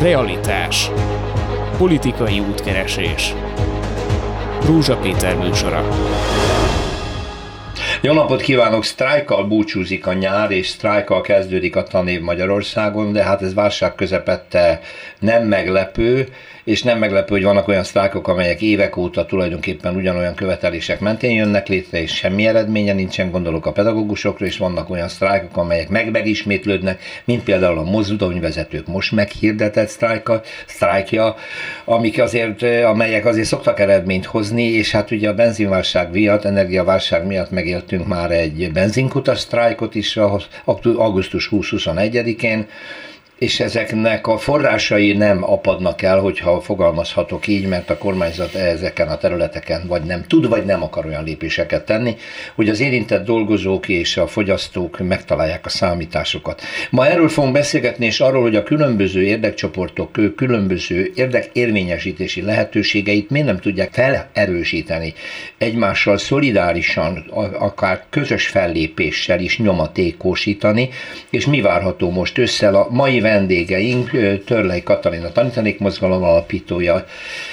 Realitás. Politikai útkeresés. Rózsa Péter műsora. Jó napot kívánok! Sztrájkkal búcsúzik a nyár, és sztrájkkal kezdődik a tanév Magyarországon, de hát ez válság közepette nem meglepő, és nem meglepő, hogy vannak olyan sztrájkok, amelyek évek óta tulajdonképpen ugyanolyan követelések mentén jönnek létre, és semmi eredménye nincsen, gondolok a pedagógusokra, és vannak olyan sztrájkok, amelyek megismétlődnek, mint például a mozdonyvezetők most meghirdetett sztrájkja, amelyek azért szoktak eredményt hozni, és hát ugye a benzinválság miatt, energiaválság miatt megéltünk már egy benzinkutas sztrájkot is augusztus 20-21-én, és ezeknek a forrásai nem apadnak el, hogyha fogalmazhatok így, mert a kormányzat ezeken a területeken vagy nem tud, vagy nem akar olyan lépéseket tenni, hogy az érintett dolgozók és a fogyasztók megtalálják a számításokat. Ma erről fogunk beszélgetni, és arról, hogy a különböző érdekcsoportok különböző érdekérvényesítési lehetőségeit miért nem tudják felerősíteni, egymással szolidárisan, akár közös fellépéssel is nyomatékosítani, és mi várható most ősszel. A mai vendégeink Törlei Katalin, a Tanítanék Mozgalom alapítója,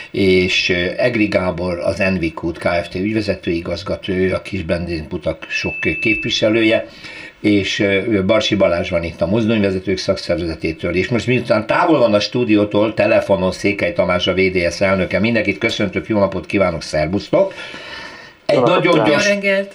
és Egri Gábor, az Envikút Kft. Ügyvezető igazgatója, a kis benzinkutak sok képviselője, és Barsi Balázs van itt a Mozdonyvezetők Szakszervezetétől, és most miután távol van a stúdiótól, telefonon Székely Tamás, a VDS elnöke, mindenkit köszöntök, jó napot kívánok, szervusztok! Egy nagyon gyors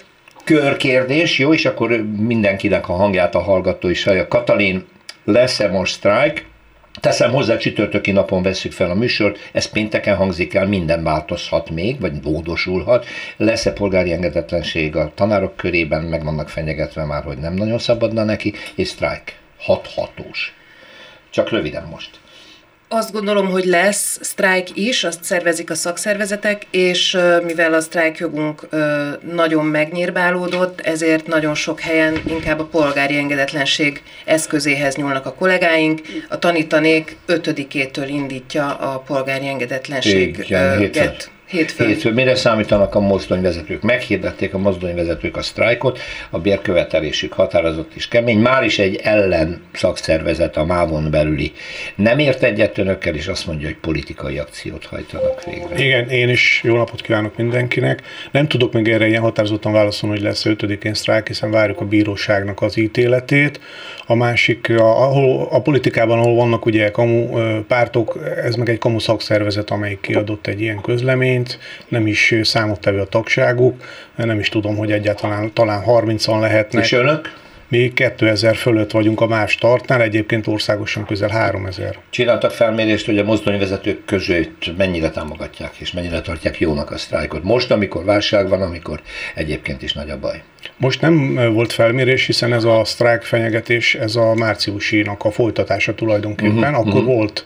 körkérdés, jó, és akkor mindenkinek a hangját a hallgató is hallja. Katalin, lesz-e most sztrájk? Teszem hozzá, csütörtöki napon vesszük fel a műsort, ez pénteken hangzik el, minden változhat még, vagy módosulhat. Lesz-e polgári engedetlenség a tanárok körében, meg vannak fenyegetve már, hogy nem nagyon szabadna neki, és sztrájk hathatós. Csak röviden most. Azt gondolom, hogy lesz sztrájk is, azt szervezik a szakszervezetek, és mivel a sztrájkjogunk nagyon megnyírbálódott, ezért nagyon sok helyen inkább a polgári engedetlenség eszközéhez nyúlnak a kollégáink. A Tanítanék 5-től indítja a polgári engedetlenség. Hétfőn. Mire számítanak a mozdonyvezetők? Meghirdették a mozdonyvezetők a sztrájkot, a bérkövetelésük határozott és kemény. Már is egy ellen szakszervezet a MÁV-on belüli nem ért egyet önökkel, és azt mondja, hogy politikai akciót hajtanak végre. Igen, én is jó napot kívánok mindenkinek. Nem tudok még erre ilyen határozottan válaszolni, hogy lesz 5-én sztrájk, hiszen várjuk a bíróságnak az ítéletét. A másik, a politikában, ahol vannak ugye kamu pártok, ez meg egy kamu szakszervezet, amelyik kiadott egy ilyen közleményt, nem is számottevő a tagságuk, nem is tudom, hogy egyáltalán talán 30-an lehetnek. És önök? Mi 2000 fölött vagyunk a MÁV startnál, egyébként országosan közel 3000. Csináltak felmérést, hogy a mozdonyvezetők között mennyire támogatják és mennyire tartják jónak a sztrájkot. Most, amikor válság van, amikor egyébként is nagy a baj. Most nem volt felmérés, hiszen ez a sztrájk fenyegetés, ez a márciusinak a folytatása tulajdonképpen, akkor volt.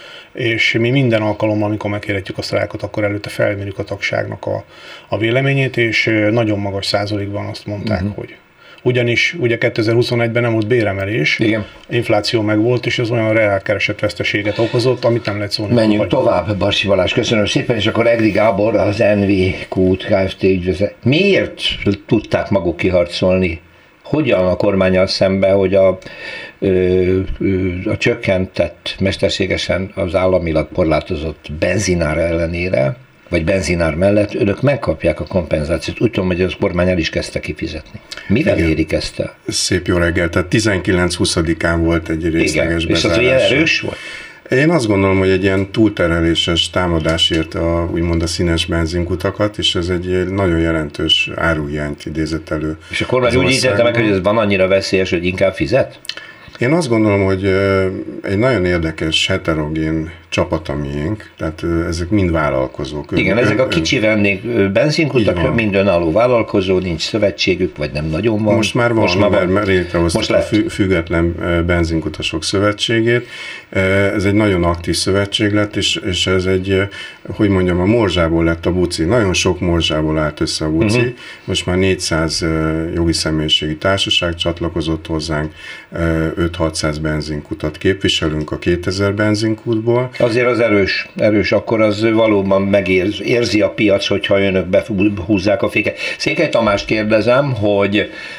És mi minden alkalommal, amikor meghirdetjük a sztrájkot, akkor előtte felmérjük a tagságnak a véleményét, és nagyon magas százalékban azt mondták, hogy ugyanis ugye 2021-ben nem volt béremelés, igen. Infláció meg volt, és ez olyan reál keresetveszteséget okozott, amit nem lehet szólni. Menjünk tovább, Barsi Balázs, köszönöm szépen, és akkor Egri Gábor, az Envikút Kft. Ügyvezető. Miért tudták maguk kiharcolni? Hogyan a kormánnyal szembe, hogy a csökkentett, mesterségesen az államilag korlátozott benzinár ellenére, vagy benzinár mellett önök megkapják a kompenzációt. Úgy tudom, hogy az kormány el is kezdte kifizetni. Mivel érik ezt el? Szép jó reggel, tehát 19-20-án volt egy részleges bezárás. És az ilyen erős volt? Én azt gondolom, hogy egy ilyen túltereléses támadás érte úgymond a színes benzinkutakat, és ez egy nagyon jelentős áruhiányt idézett elő. És a kormány úgy ítélte meg, hogy ez van annyira veszélyes, hogy inkább fizet? Én azt gondolom, hogy egy nagyon érdekes, heterogén csapat a miénk, tehát ezek mind vállalkozók. Igen, ezek a kicsi benzinkutak mind önálló vállalkozó, nincs szövetségük, vagy nem nagyon van. Most már van, mert létrehoztak a Független Benzinkutasok Szövetségét. Ez egy nagyon aktív szövetség lett, és ez egy, hogy mondjam, a morzsából lett a buci. Nagyon sok morzsából állt össze a buci. Most már 400 jogi személyiségi társaság csatlakozott hozzánk, 5-600 benzinkutat képviselünk a 2000 benzinkútból. Azért az erős, akkor az valóban megérzi a piac, hogyha önök behúzzák a féket. Székely Tamást kérdezem, hogy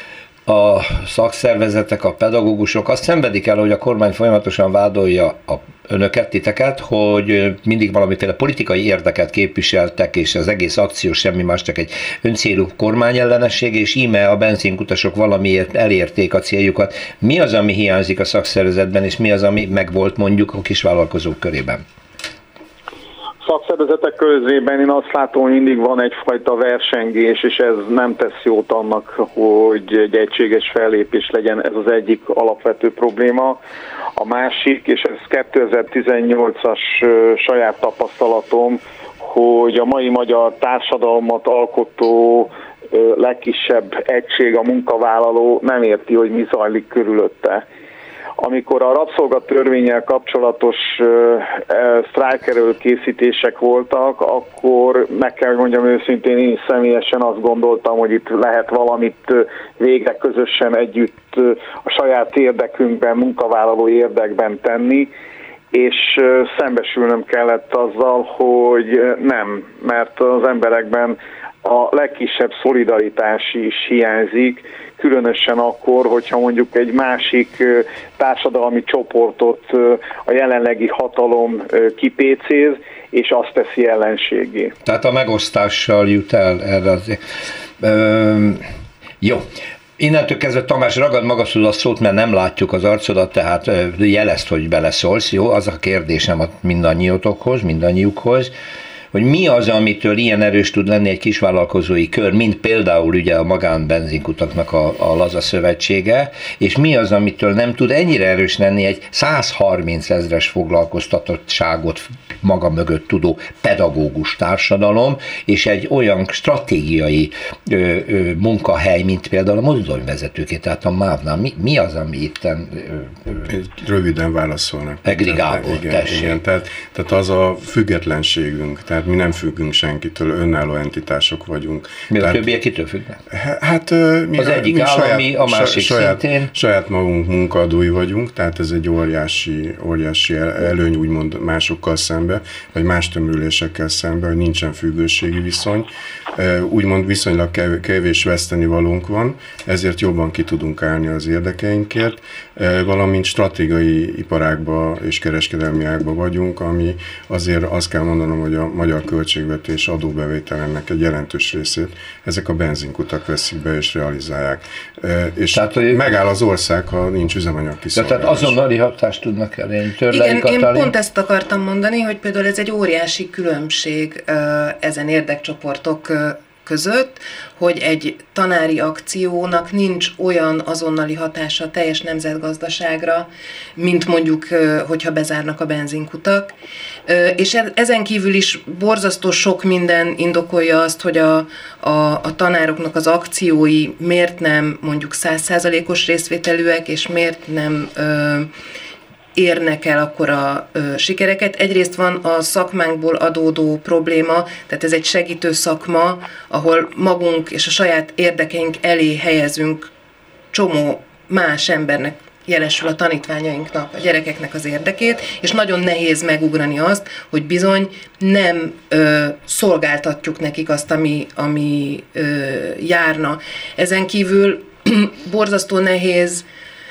a szakszervezetek, a pedagógusok azt szenvedik el, hogy a kormány folyamatosan vádolja önöket, titeket, hogy mindig valamiféle politikai érdeket képviseltek, és az egész akció semmi más, csak egy öncélú kormányellenesség, és íme a benzinkutasok valamiért elérték a céljukat. Mi az, ami hiányzik a szakszervezetben, és mi az, ami megvolt mondjuk a kisvállalkozók körében? Szakszervezetek közében én azt látom, hogy mindig van egyfajta versengés, és ez nem tesz jót annak, hogy egy egységes fellépés legyen, ez az egyik alapvető probléma. A másik, és ez 2018-as saját tapasztalatom, hogy a mai magyar társadalmat alkotó legkisebb egység, a munkavállaló nem érti, hogy mi zajlik körülötte. Amikor a rabszolgatörvénnyel kapcsolatos sztrájkerő készítések voltak, akkor meg kell, hogy mondjam őszintén, én személyesen azt gondoltam, hogy itt lehet valamit végre közösen együtt a saját érdekünkben, munkavállaló érdekben tenni, és szembesülnöm kellett azzal, hogy nem, mert az emberekben a legkisebb szolidaritás is hiányzik, különösen akkor, hogyha mondjuk egy másik társadalmi csoportot a jelenlegi hatalom kipécéz, és azt teszi ellenségé. Tehát a megosztással jut el erre azért. Jó. Innentől kezdve, Tamás, ragad magadhoz a szót, mert nem látjuk az arcodat, tehát jelezd, hogy beleszólsz. Jó, az a kérdésem mindannyiukhoz, hogy mi az, amitől ilyen erős tud lenni egy kisvállalkozói kör, mint például ugye a magánbenzinkutaknak a Laza Szövetsége, és mi az, amitől nem tud ennyire erős lenni egy 130 000-es foglalkoztatottságot maga mögött tudó pedagógus társadalom, és egy olyan stratégiai munkahely, mint például a mozdonyvezetőké, tehát a MÁV-nál. Mi az, ami itten... Röviden válaszolnak. Igen, tehát az a függetlenségünk, tehát mi nem függünk senkitől, önálló entitások vagyunk. Mi a többiek kitől függnek? Hát az egyik állami, a másik szintén. Saját magunk munkaadói vagyunk, tehát ez egy óriási előny úgymond másokkal szembe, vagy más tömörülésekkel szembe, hogy nincsen függőségi viszony. Úgymond viszonylag kevés vesztenivalónk van, ezért jobban ki tudunk állni az érdekeinkért, valamint stratégiai iparágba és kereskedelmi ágba vagyunk, ami azért azt kell mondanom, hogy a magyar költségvetés adóbevételennek egy jelentős részét ezek a benzinkutak veszik be és realizálják. És tehát, megáll az ország, ha nincs üzemanyag kiszolgálás. Tehát azonnali hatást tudnak elérni. Igen, én pont ezt akartam mondani, hogy például ez egy óriási különbség ezen érdekcsoportok között, hogy egy tanári akciónak nincs olyan azonnali hatása a teljes nemzetgazdaságra, mint mondjuk, hogyha bezárnak a benzinkutak. És ezen kívül is borzasztó sok minden indokolja azt, hogy a tanároknak az akciói miért nem mondjuk 100%-os részvételűek, és miért nem érnek el akkora sikereket. Egyrészt van a szakmánkból adódó probléma, tehát ez egy segítő szakma, ahol magunk és a saját érdekeink elé helyezünk csomó más embernek, jelesül a tanítványainknak, a gyerekeknek az érdekét, és nagyon nehéz megugrani azt, hogy bizony nem szolgáltatjuk nekik azt, ami járna. Ezen kívül borzasztó nehéz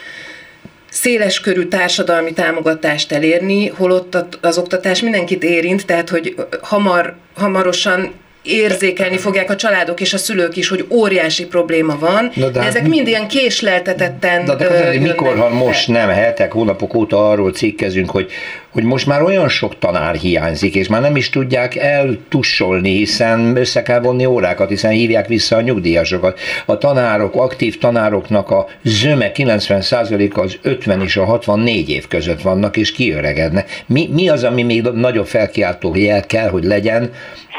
széleskörű társadalmi támogatást elérni, holott az oktatás mindenkit érint, tehát hogy hamarosan érzékelni fogják a családok és a szülők is, hogy óriási probléma van, de ezek mind ilyen késleltetetten jönnek. Mikor, ha most nem, hetek, hónapok óta arról cikkezünk, hogy most már olyan sok tanár hiányzik, és már nem is tudják eltussolni, hiszen össze kell vonni órákat, hiszen hívják vissza a nyugdíjasokat. A tanárok, aktív tanároknak a zöme 90%-a az 50 és a 64 év között vannak, és kiöregednek. Mi az, ami még nagyobb felkiáltó jel kell, hogy legyen?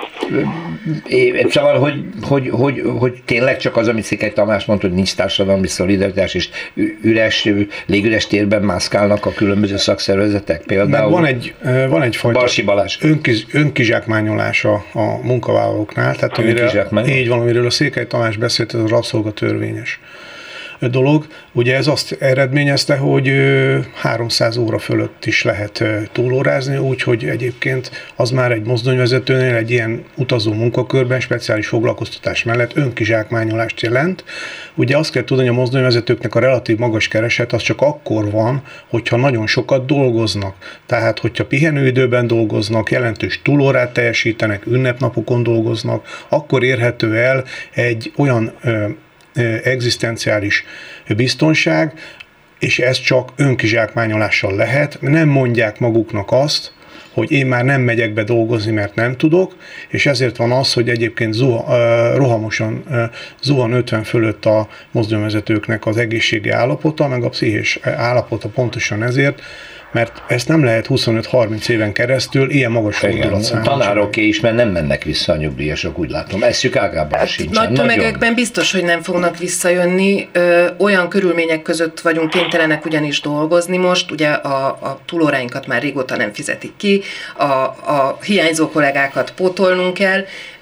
Szóval, hogy tényleg csak az, amit Székely Tamás mondta, hogy nincs társadalmi szolidaritás, és légüres térben mászkálnak a különböző szakszervezetek például. Van egyfajta önkizsákmányolás a munkavállalóknál, tehát amiről a Székely Tamás beszélt, ez a rabszolgatörvényes. dolog. Ugye ez azt eredményezte, hogy 300 óra fölött is lehet túlórázni, úgyhogy egyébként az már egy mozdonyvezetőnél egy ilyen utazó munkakörben speciális foglalkoztatás mellett önkizsákmányolást jelent. Ugye azt kell tudni, hogy a mozdonyvezetőknek a relatív magas kereset az csak akkor van, hogyha nagyon sokat dolgoznak. Tehát, hogyha pihenőidőben dolgoznak, jelentős túlórát teljesítenek, ünnepnapokon dolgoznak, akkor érhető el egy olyan egzisztenciális biztonság, és ez csak önkizsákmányolással lehet. Nem mondják maguknak azt, hogy én már nem megyek be dolgozni, mert nem tudok, és ezért van az, hogy egyébként rohamosan zuhan 50 fölött a mozdonyvezetőknek az egészségi állapota, meg a pszichés állapota pontosan ezért, mert ezt nem lehet 25-30 éven keresztül ilyen magas fordulatszámot. Tanároké is, mert nem mennek vissza a nyugdíjasok, úgy látom. Eszük ágában sincsen. Nagy tömegekben biztos, hogy nem fognak visszajönni. Olyan körülmények között vagyunk kénytelenek ugyanis dolgozni most, ugye a túlóráinkat már régóta nem fizetik ki, a hiányzó kollégákat pótolnunk kell,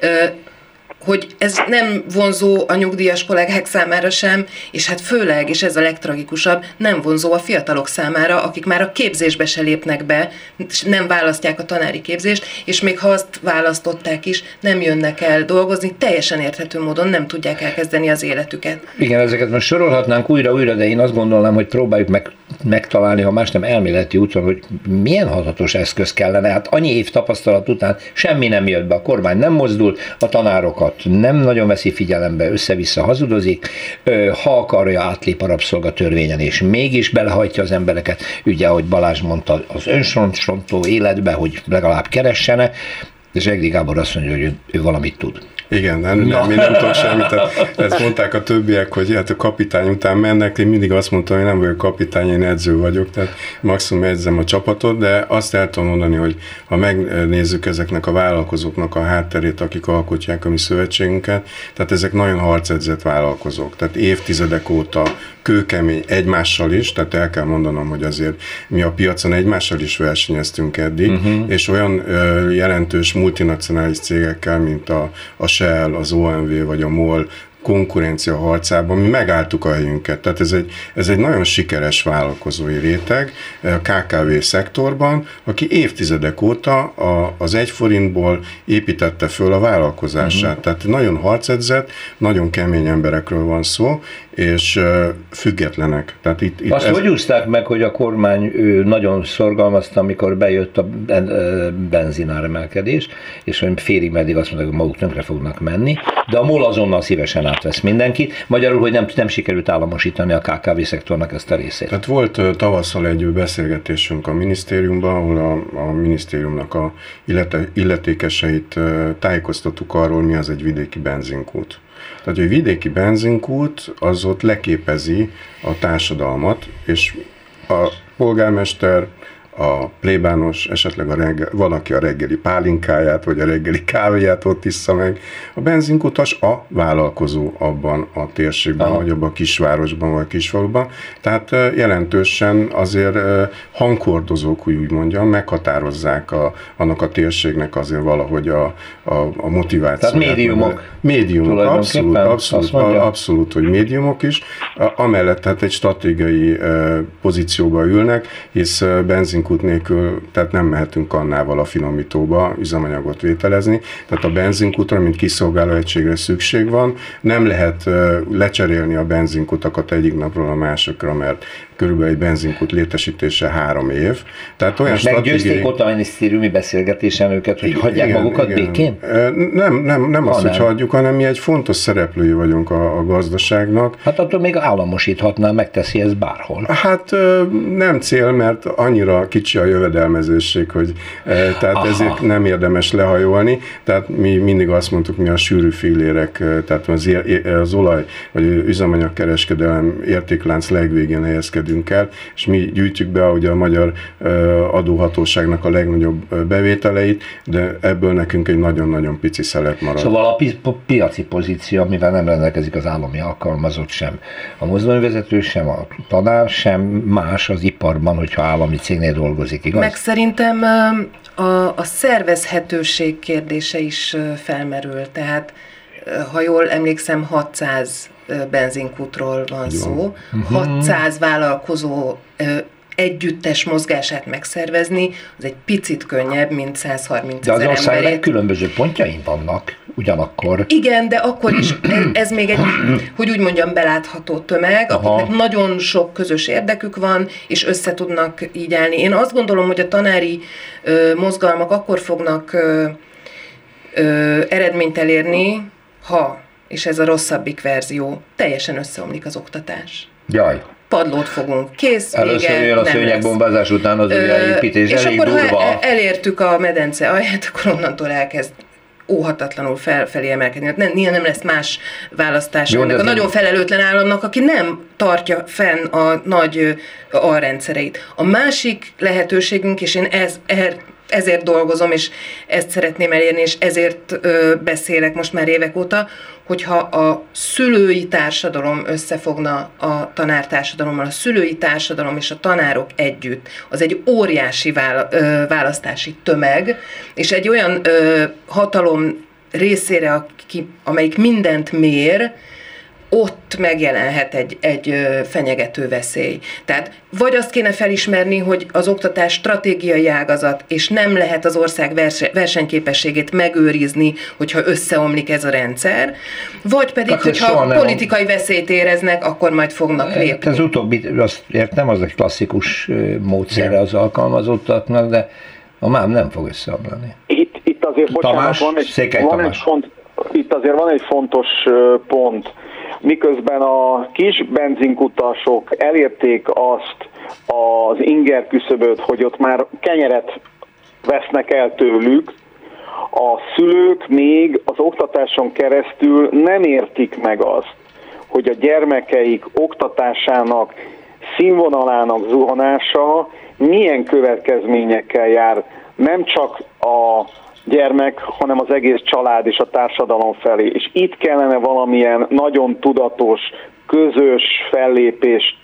hogy ez nem vonzó a nyugdíjas kollégák számára sem, és hát főleg, és ez a legtragikusabb, nem vonzó a fiatalok számára, akik már a képzésbe se lépnek be, nem választják a tanári képzést, és még ha azt választották is, nem jönnek el dolgozni, teljesen érthető módon nem tudják elkezdeni az életüket. Igen, ezeket most sorolhatnánk újra, de én azt gondolom, hogy próbáljuk megtalálni, ha más nem elméleti úton, hogy milyen hatatos eszköz kellene. Hát annyi év tapasztalat után semmi nem jött be, a kormány nem mozdul, a tanárokat nem nagyon veszi figyelembe, össze-vissza hazudozik, ha akarja, átlép a rabszolgatörvényen, és mégis belehajtja az embereket, ugye, ahogy Balázs mondta, az önsontó életbe, hogy legalább keressene, és Egri Gábor azt mondja, hogy ő valamit tud. Igen, mi nem tudok semmit. Ezt mondták a többiek, hogy hát a kapitány után mennek, én mindig azt mondtam, hogy nem vagyok kapitány, én edző vagyok, tehát maximum edzem a csapatot, de azt el tudom mondani, hogy ha megnézzük ezeknek a vállalkozóknak a hátterét, akik alkotják a mi szövetségünket, tehát ezek nagyon harcedzett vállalkozók, tehát évtizedek óta kőkemény egymással is, tehát el kell mondanom, hogy azért mi a piacon egymással is versenyeztünk eddig, és olyan jelentős multinacionális cégekkel, mint a Shell, az OMV vagy a MOL konkurencia harcában mi megálltuk a helyünket. Tehát ez egy nagyon sikeres vállalkozói réteg a KKV szektorban, aki évtizedek óta az 1 forintból építette föl a vállalkozását. Tehát nagyon harcedzett, nagyon kemény emberekről van szó, és függetlenek. Tehát itt azt hogy úszták meg, hogy a kormány nagyon szorgalmazta, amikor bejött a benzináremelkedés, és hogy félig meddig azt mondták, hogy maguk tönkre fognak menni, de a MOL azonnal szívesen átvesz mindenkit. Magyarul, hogy nem sikerült államosítani a KKV szektornak ezt a részét. Tehát volt tavasszal egy beszélgetésünk a minisztériumban, ahol a minisztériumnak a illetékeseit tájékoztattuk arról, mi az egy vidéki benzinkút. Tehát, hogy vidéki benzinkút az ott leképezi a társadalmat, és a polgármester, a plébános, esetleg valaki a reggeli pálinkáját, vagy a reggeli kávéját ott issza meg. A benzinkutas a vállalkozó abban a térségben, vagy abban a kisvárosban, vagy kisfaluban. Tehát jelentősen azért hangkordozók, hogy úgy mondjam, meghatározzák annak a térségnek azért valahogy a motivációját. Tehát médiumok. Médiumok, abszolút, hogy médiumok is. Amellett tehát egy stratégiai pozícióba ülnek, hisz benzinkút nélkül, tehát nem mehetünk kannával a finomítóba üzemanyagot vételezni, tehát a benzinkútra, mint kiszolgáló egységre szükség van, nem lehet lecserélni a benzinkutakat egyik napról a másikra, mert körülbelül egy benzinkút létesítése 3 év. Tehát olyan meggyőzték ott a minisztériumi beszélgetésen őket, hogy hagyják magukat békén? Nem azt, hogy hagyjuk, hanem mi egy fontos szereplői vagyunk a gazdaságnak. Hát attól még államosíthatná, megteszi ezt bárhol. Hát nem cél, mert annyira kicsi a jövedelmezőség, hogy tehát ezért nem érdemes lehajolni. Tehát mi mindig azt mondtuk, mi a sűrű fillérek, tehát az olaj vagy üzemanyagkereskedelem értéklánc legvégén helyezkedünk el, és mi gyűjtjük be ugye a magyar adóhatóságnak a legnagyobb bevételeit, de ebből nekünk egy nagyon-nagyon pici szelet marad. Szóval a piaci pozíció, amivel nem rendelkezik az állami alkalmazott sem, a mozdonyvezető sem, a tanár sem, más az iparban, hogyha állami cégnél dolgozik, igaz? Meg szerintem a szervezhetőség kérdése is felmerül, tehát ha jól emlékszem, 600 benzinkútról van szó. 600 vállalkozó együttes mozgását megszervezni, az egy picit könnyebb, mint 130 000 De az ország emberét. különböző pontjain vannak ugyanakkor. Igen, de akkor is ez még egy, hogy úgy mondjam, belátható tömeg, akiknek nagyon sok közös érdekük van, és össze tudnak így állni. Én azt gondolom, hogy a tanári mozgalmak akkor fognak eredményt elérni, ha, és ez a rosszabbik verzió, teljesen összeomlik az oktatás. Jaj. Padlót fogunk, kész, először vége, jön a szőnyegbombázás után az újjáépítés, és elég akkor, durva. ha elértük a medence alját, akkor onnantól elkezd óhatatlanul felfelé emelkedni. Nem lesz más választás ennek a nagyon felelőtlen államnak, aki nem tartja fenn a nagy alrendszereit. A másik lehetőségünk, és én ezért dolgozom, és ezt szeretném elérni, és ezért beszélek most már évek óta, hogyha a szülői társadalom összefogna a tanártársadalommal, a szülői társadalom és a tanárok együtt, az egy óriási választási tömeg, és egy olyan hatalom részére, amelyik mindent mér, ott megjelenhet egy fenyegető veszély. Tehát vagy azt kéne felismerni, hogy az oktatás stratégiai ágazat, és nem lehet az ország versenyképességét megőrizni, hogyha összeomlik ez a rendszer, vagy pedig, hogyha politikai veszélyt éreznek, akkor majd fognak lépni. Ez utóbbi, azt értem, az egy klasszikus módszere az alkalmazottaknak, de a MÁV nem fog összeomlani. Itt azért, bocsánat, itt azért van egy fontos pont. Miközben a kis benzinkutasok elérték azt az inger küszöböt, hogy ott már kenyeret vesznek el tőlük, a szülők még az oktatáson keresztül nem értik meg azt, hogy a gyermekeik oktatásának, színvonalának zuhanása milyen következményekkel jár, nem csak a gyermek, hanem az egész család és a társadalom felé. És itt kellene valamilyen nagyon tudatos, közös fellépést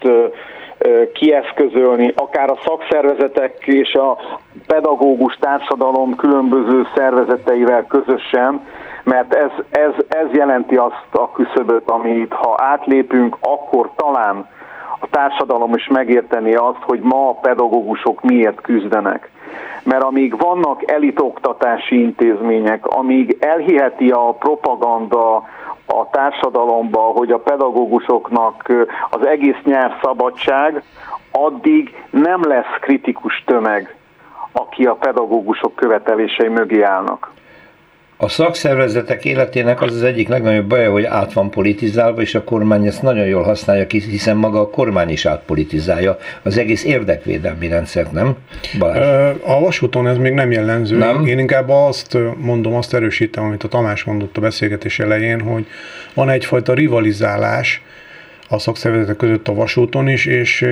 kieszközölni, akár a szakszervezetek és a pedagógus társadalom különböző szervezeteivel közösen, mert ez jelenti azt a küszöböt, amit ha átlépünk, akkor talán a társadalom is megérteni azt, hogy ma a pedagógusok miért küzdenek. Mert amíg vannak elitoktatási intézmények, amíg elhiheti a propaganda a társadalomba, hogy a pedagógusoknak az egész nyár szabadság, addig nem lesz kritikus tömeg, aki a pedagógusok követelései mögé állnak. A szakszervezetek életének az egyik legnagyobb baja, hogy át van politizálva, és a kormány ezt nagyon jól használja ki, hiszen maga a kormány is átpolitizálja az egész érdekvédelmi rendszert, nem? Balázs? A vasúton ez még nem jellemző. Nem? Én inkább azt mondom, azt erősítem, amit a Tamás mondott a beszélgetés elején, hogy van egyfajta rivalizálás a szakszervezetek között a vasúton is, és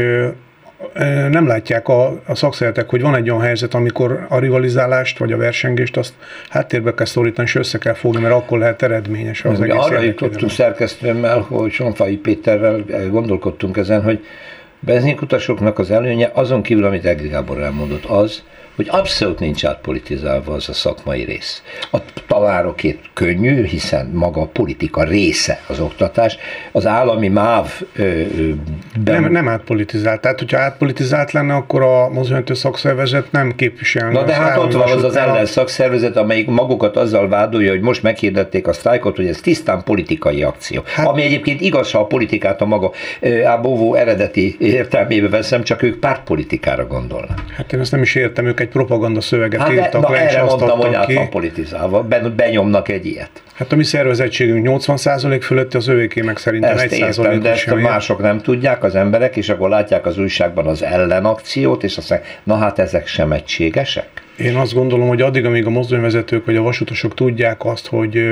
nem látják a szakszervezetek, hogy van egy olyan helyzet, amikor a rivalizálást vagy a versengést azt háttérbe kell szorítani, és össze kell fogni, mert akkor lehet eredményes az egész. Arra jutottunk szerkesztőmmel, hogy Sonfai Péterrel gondolkodtunk ezen, hogy benzinkutasoknak az előnye azon kívül, amit Egri Gábor elmondott, az, hogy abszolút nincs átpolitizálva az a szakmai rész. A tanárokét könnyű, hiszen maga a politika része az oktatás. Az állami MÁV... Nem átpolitizált. Tehát, hogyha átpolitizált lenne, akkor a mozgómentő szakszervezet nem képviselne. Na de hát ott van az ellen szakszervezet, amelyik magukat azzal vádolja, hogy most meghirdették a sztrájkot, hogy ez tisztán politikai akció. Hát, ami egyébként igaz, ha a politikát a maga Ábóvó eredeti értelmébe veszem, csak ők pártpolitikára gondolnak. Hát én ezt nem is értem, ők egy propaganda szöveget írtak le, és azt adtak ki. Van politizálva, benyomnak egy ilyet. Hát a mi szervezettségünk 80% fölötti, az övéké meg szerintem 1%. De ezt mások nem tudják, az emberek, és akkor látják az újságban az ellenakciót, és azt mondják, na hát ezek sem egységesek? Én azt gondolom, hogy addig, amíg a mozdonyvezetők vagy a vasutasok tudják azt, hogy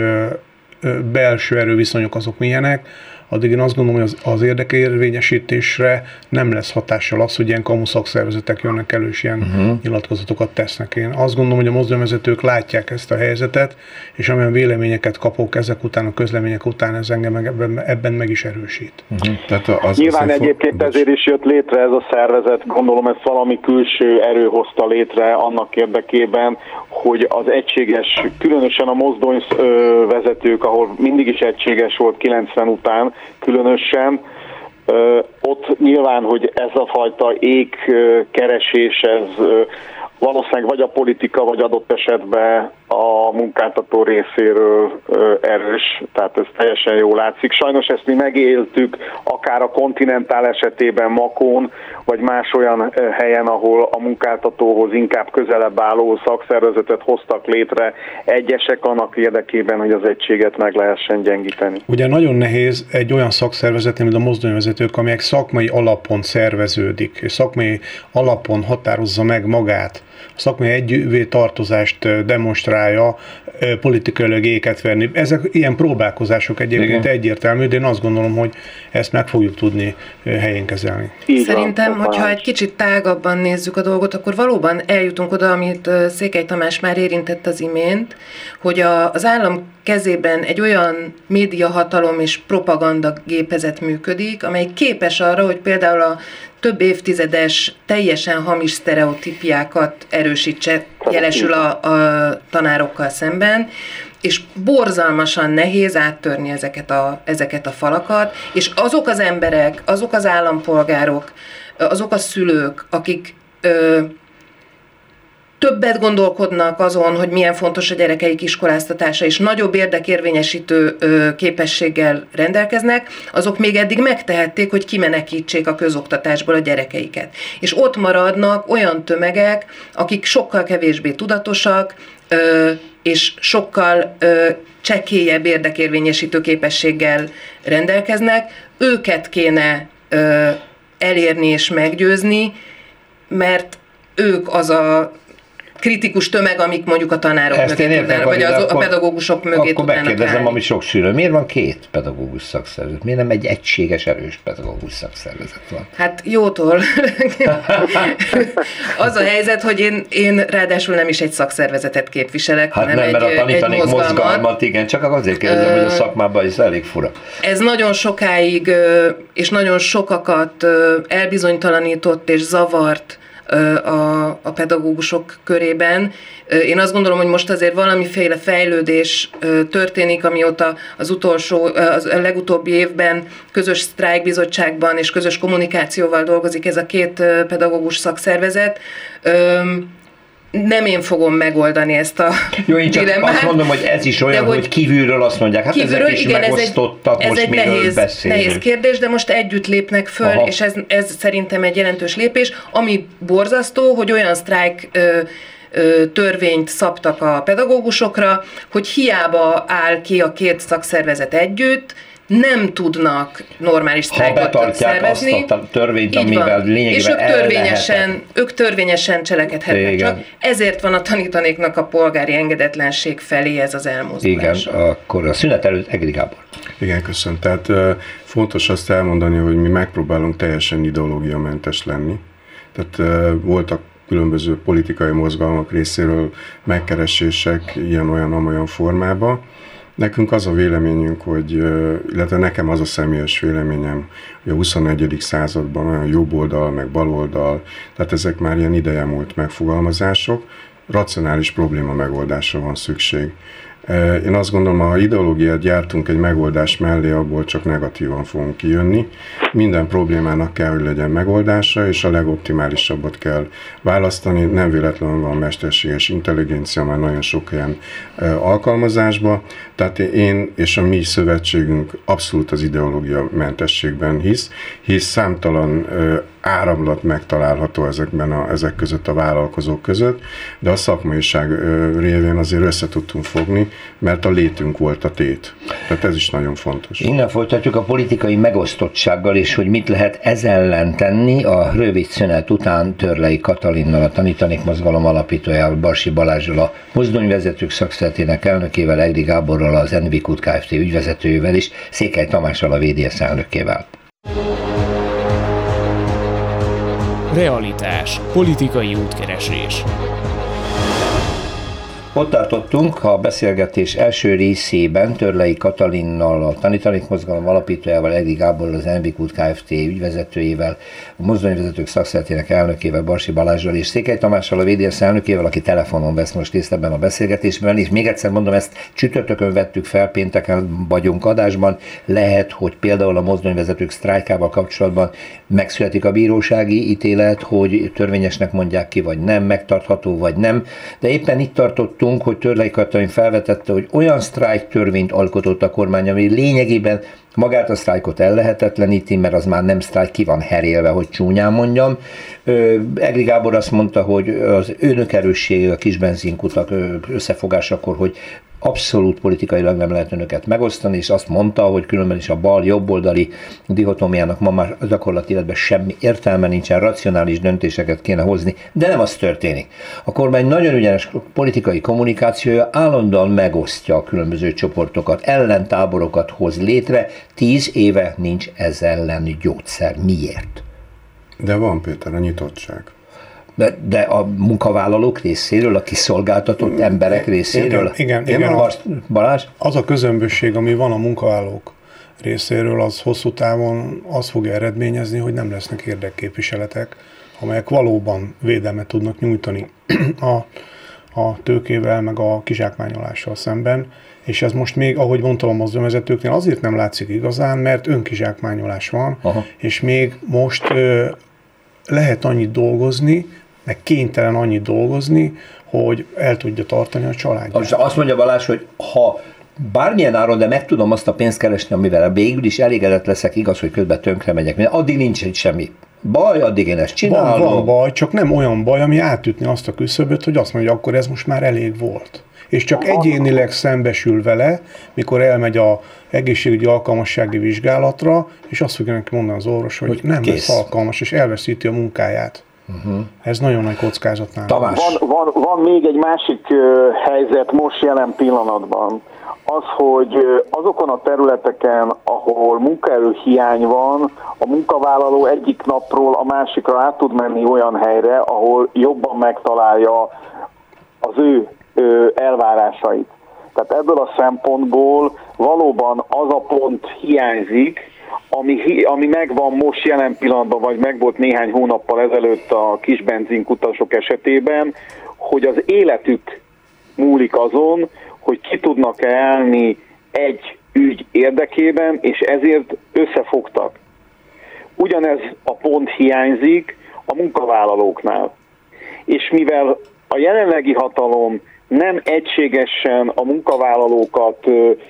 belső erőviszonyok azok milyenek, addig én azt gondolom, hogy az érdekérvényesítésre nem lesz hatással az, hogy ilyen kamuszakszervezetek jönnek elő, és ilyen nyilatkozatokat tesznek. Én azt gondolom, hogy a mozdonyvezetők látják ezt a helyzetet, és amilyen véleményeket kapok ezek után, a közlemények után, ez engem ebben meg is erősít. Tehát nyilván egyébként ezért is jött létre ez a szervezet, gondolom ezt valami külső erő hozta létre annak érdekében, hogy az egységes, különösen a mozdonyvezetők, ahol mindig is egységes volt 90 után, különösen. Ott nyilván, hogy ez a fajta égkeresés, ez valószínűleg vagy a politika, vagy adott esetben a munkáltató részéről erős, tehát ez teljesen jól látszik. Sajnos ezt mi megéltük, akár a Continental esetében Makón, vagy más olyan helyen, ahol a munkáltatóhoz inkább közelebb álló szakszervezetet hoztak létre egyesek annak érdekében, hogy az egységet meg lehessen gyengíteni. Ugye nagyon nehéz egy olyan szakszervezetnél, mint a mozdonyvezetők, amelyek szakmai alapon szerveződik, és szakmai alapon határozza meg magát, a szakmai együvé tartozást demonstrálja, politikailag éket verni. Ezek ilyen próbálkozások egyébként egyértelmű, de én azt gondolom, hogy ezt meg fogjuk tudni helyén kezelni. Szerintem, hogyha egy kicsit tágabban nézzük a dolgot, akkor valóban eljutunk oda, amit Székely Tamás már érintett az imént, hogy az állam kezében egy olyan médiahatalom és propaganda gépezet működik, amely képes arra, hogy például a több évtizedes, teljesen hamis sztereotípiákat erősítse, jelesül a tanárokkal szemben, és borzalmasan nehéz áttörni ezeket a falakat, és azok az emberek, azok az állampolgárok, azok a szülők, akik többet gondolkodnak azon, hogy milyen fontos a gyerekeik iskoláztatása, és nagyobb érdekérvényesítő képességgel rendelkeznek, azok még eddig megtehették, hogy kimenekítsék a közoktatásból a gyerekeiket. És ott maradnak olyan tömegek, akik sokkal kevésbé tudatosak, és sokkal csekélyebb érdekérvényesítő képességgel rendelkeznek. Őket kéne elérni és meggyőzni, mert ők az a kritikus tömeg, amik mondjuk a tanárok mögé tudnának, vagy a pedagógusok mögé tudnának. Akkor megkérdezem, ami sok szülő, miért van két pedagógus szakszervezet? Miért nem egy egységes, erős pedagógus szakszervezet van? Hát jótól. Az a helyzet, hogy én ráadásul nem is egy szakszervezetet képviselek, hát hanem nem, mert a mozgalmat, igen, csak azért kérdezem, hogy a szakmában is elég fura. Ez nagyon sokáig, és nagyon sokakat elbizonytalanított és zavart a pedagógusok körében. Én azt gondolom, hogy most azért valamiféle fejlődés történik, amióta a legutóbbi évben közös sztrájkbizottságban és közös kommunikációval dolgozik ez a két pedagógus szakszervezet. Nem én fogom megoldani ezt a dilemmát. Azt mondom, hogy ez is olyan, hogy kívülről azt mondják, hát ezek is igen, megosztottak, ez most miről beszélünk. Nehéz kérdés, de most együtt lépnek föl, és ez szerintem egy jelentős lépés, ami borzasztó, hogy olyan sztrájk törvényt szabtak a pedagógusokra, hogy hiába áll ki a két szakszervezet együtt, nem tudnak normális sztrájkot szervezni. Azt a törvényt, amivel lényegében és ők törvényesen cselekedhetnek csak. Ezért van a tanítanéknak a polgári engedetlenség felé ez az elmozdulás. Igen, akkor a szünet előtt Egri Gábor. Igen, köszönöm. Tehát fontos azt elmondani, hogy mi megpróbálunk teljesen ideológiamentes lenni. Tehát voltak különböző politikai mozgalmak részéről megkeresések ilyen-olyan formában. Nekünk az a véleményünk, illetve nekem az a személyes véleményem, hogy a 21. században olyan jobb oldal, meg bal oldal, tehát ezek már ilyen ideje múlt megfogalmazások, racionális probléma megoldásra van szükség. Én azt gondolom, ha ideológiát gyártunk egy megoldás mellé, abból csak negatívan fogunk kijönni. Minden problémának kell, hogy legyen megoldása, és a legoptimálisabbat kell választani. Nem véletlenül van mesterséges intelligencia már nagyon sok helyen alkalmazásban. Tehát én és a mi szövetségünk abszolút az ideológia mentességben hisz számtalan áramlat megtalálható ezek között a vállalkozók között, de a szakmaiság révén azért össze tudtunk fogni, mert a létünk volt a tét. Tehát ez is nagyon fontos. Innen folytatjuk a politikai megosztottsággal is, hogy mit lehet ez ellen tenni. A rövid szünet után Törlei Katalinnal, a Tanítanék Mozgalom alapítójával, Barsi Balázsral, a Mozdonyvezetők Szakszervezetének elnökével, Egri Gáborral, az Envikút Kft. Ügyvezetőjével és Székely Tamással, a VDS elnökével. Realitás. Politikai útkeresés. Ott tartottunk a beszélgetés első részében Törlei Katalinnal, a Tanítanék Mozgalom alapítójával, Egri Gáborral, az Envikút Kft. Ügyvezetőjével, a Mozdonyvezetők Szakszervezetének elnökével, Barsi Balázsral és Székely Tamással, a VDS elnökével, aki telefonon vesz most részt ebben a beszélgetésben, és még egyszer mondom, ezt csütörtökön vettük fel, pénteken vagyunk adásban, lehet, hogy például a mozdonyvezetők sztrájkával kapcsolatban megszületik a bírósági ítélet, hogy törvényesnek mondják ki, vagy nem, megtartható, vagy nem, de éppen itt tartottunk, hogy Törlei Katalin felvetette, hogy olyan sztrájk törvényt alkotott a kormány, ami lényegében magát a sztrájkot ellehetetleníti, mert az már nem sztrájk, ki van herélve, hogy csúnyán mondjam. Egri Gábor azt mondta, hogy az önökerőssége a kis benzinkutak összefogásakor, hogy abszolút politikailag nem lehet önöket megosztani, és azt mondta, hogy különben is a bal-jobboldali dihotómiának ma már gyakorlati életben semmi értelme nincsen, racionális döntéseket kéne hozni, de nem az történik. A kormány nagyon ügyenes politikai kommunikációja állandóan megosztja a különböző csoportokat, ellentáborokat hoz létre, 10 éve nincs ez ellen gyógyszer. Miért? De van, Péter, a nyitottság. De a munkavállalók részéről, a kiszolgáltatott emberek részéről? Igen. Balázs? Az a közömbösség, ami van a munkavállalók részéről, az hosszú távon azt fogja eredményezni, hogy nem lesznek érdekképviseletek, amelyek valóban védelmet tudnak nyújtani a tőkével, meg a kizsákmányolással szemben. És ez most még, ahogy mondtam, a mozdonyvezetőknél azért nem látszik igazán, mert önkizsákmányolás van, és még most lehet annyit dolgozni, meg kénytelen annyit dolgozni, hogy el tudja tartani a családját. Azt mondja Balázs, hogy ha bármilyen áron, de meg tudom azt a pénzt keresni, amivel végül is elégedett leszek, igaz, hogy közben tönkre megyek, mert addig nincs egy semmi baj, addig én ezt csinálom. Van baj, csak nem olyan baj, ami átütni azt a küszöböt, hogy azt mondja, akkor ez most már elég volt. És csak egyénileg szembesül vele, mikor elmegy a egészségügyi alkalmassági vizsgálatra, és azt fogja neki mondani az orvos, hogy nem lesz alkalmas, és elveszíti a munkáját. Ez nagyon nagy kockázat nálam. Van még egy másik helyzet most jelen pillanatban. Az, hogy azokon a területeken, ahol munkaerő hiány van, a munkavállaló egyik napról a másikra át tud menni olyan helyre, ahol jobban megtalálja az ő elvárásait. Tehát ebből a szempontból valóban az a pont hiányzik, ami megvan most jelen pillanatban, vagy megvolt néhány hónappal ezelőtt a kis benzinkutasok esetében, hogy az életük múlik azon, hogy ki tudnak állni egy ügy érdekében, és ezért összefogtak. Ugyanez a pont hiányzik a munkavállalóknál. És mivel a jelenlegi hatalom nem egységesen a munkavállalókat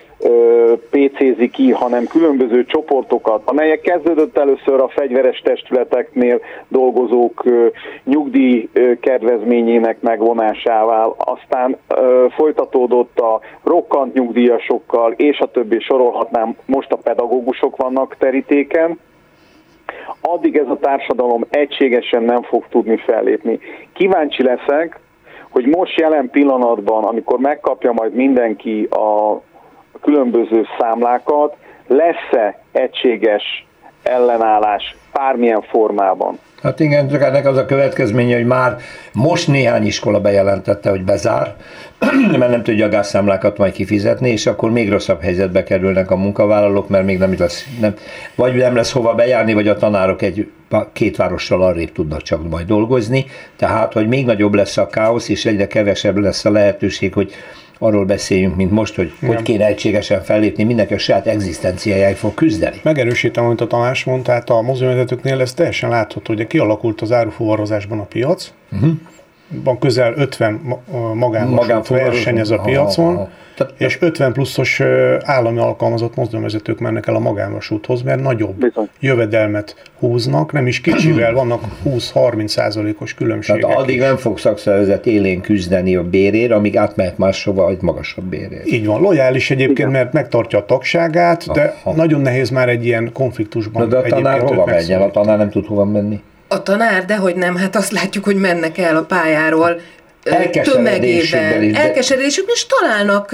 PC-zi ki, hanem különböző csoportokat, amelyek kezdődött először a fegyveres testületeknél dolgozók nyugdíj kedvezményének megvonásával, aztán folytatódott a rokkant nyugdíjasokkal, és a többi sorolhatnám, most a pedagógusok vannak terítéken, addig ez a társadalom egységesen nem fog tudni fellépni. Kíváncsi leszek, hogy most jelen pillanatban, amikor megkapja majd mindenki a különböző számlákat, lesz-e egységes ellenállás bármilyen formában? Hát igen, csak ennek az a következménye, hogy már most néhány iskola bejelentette, hogy bezár, mert nem tudja a gázszámlákat majd kifizetni, és akkor még rosszabb helyzetbe kerülnek a munkavállalók, mert még nem lesz, vagy nem lesz hova bejárni, vagy a tanárok két várossal arrébb tudnak csak majd dolgozni, tehát, hogy még nagyobb lesz a káosz, és egyre kevesebb lesz a lehetőség, hogy arról beszéljünk, mint most, hogy kéne egységesen fellépni, mindenki a saját egzisztenciájáig fog küzdeni. Megerősítem, amit a Tamás mondta, tehát a mozdonyvezetőknél ez teljesen látható, hogy kialakult az árufuvarozásban a piac, van közel 50 magánvasút versenyez a piacon, és 50 pluszos állami alkalmazott mozdonyvezetők mennek el a magánvasúthoz, mert nagyobb jövedelmet húznak, nem is kicsivel, vannak 20-30%-os különbségek. Tehát addig nem fog szakszervezet élén küzdeni a bérért, amíg átmehet máshova egy magasabb bérért. Így van, lojális egyébként, mert megtartja a tagságát, de nagyon nehéz már egy ilyen konfliktusban. De a tanár hova menjen? A tanár nem tud hova menni? A tanár, dehogy nem, hát azt látjuk, hogy mennek el a pályáról tömegében. Elkeseredésük, és találnak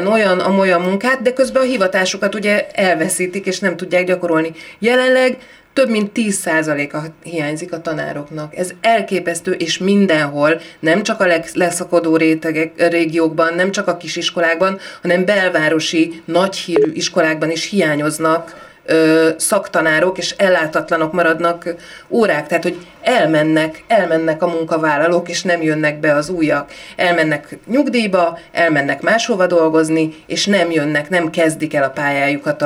ilyen-olyan munkát, de közben a hivatásukat ugye elveszítik, és nem tudják gyakorolni. Jelenleg több mint 10%-a hiányzik a tanároknak. Ez elképesztő, és mindenhol, nem csak a leszakadó régiókban, nem csak a kisiskolákban, hanem belvárosi, nagyhírű iskolákban is hiányoznak szaktanárok, és ellátatlanok maradnak órák. Tehát, hogy elmennek a munkavállalók, és nem jönnek be az újak. Elmennek nyugdíjba, elmennek máshova dolgozni, és nem jönnek, nem kezdik el a pályájukat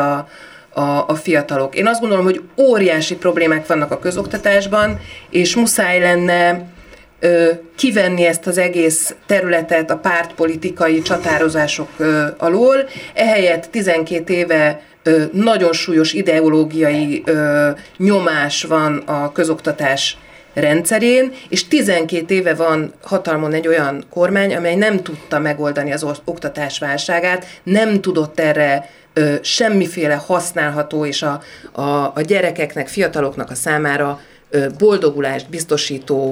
a fiatalok. Én azt gondolom, hogy óriási problémák vannak a közoktatásban, és muszáj lenne kivenni ezt az egész területet a pártpolitikai csatározások alól. Ehelyett 12 éve nagyon súlyos ideológiai nyomás van a közoktatás rendszerén, és 12 éve van hatalmon egy olyan kormány, amely nem tudta megoldani az oktatás válságát, nem tudott erre semmiféle használható és a gyerekeknek, fiataloknak a számára boldogulást biztosító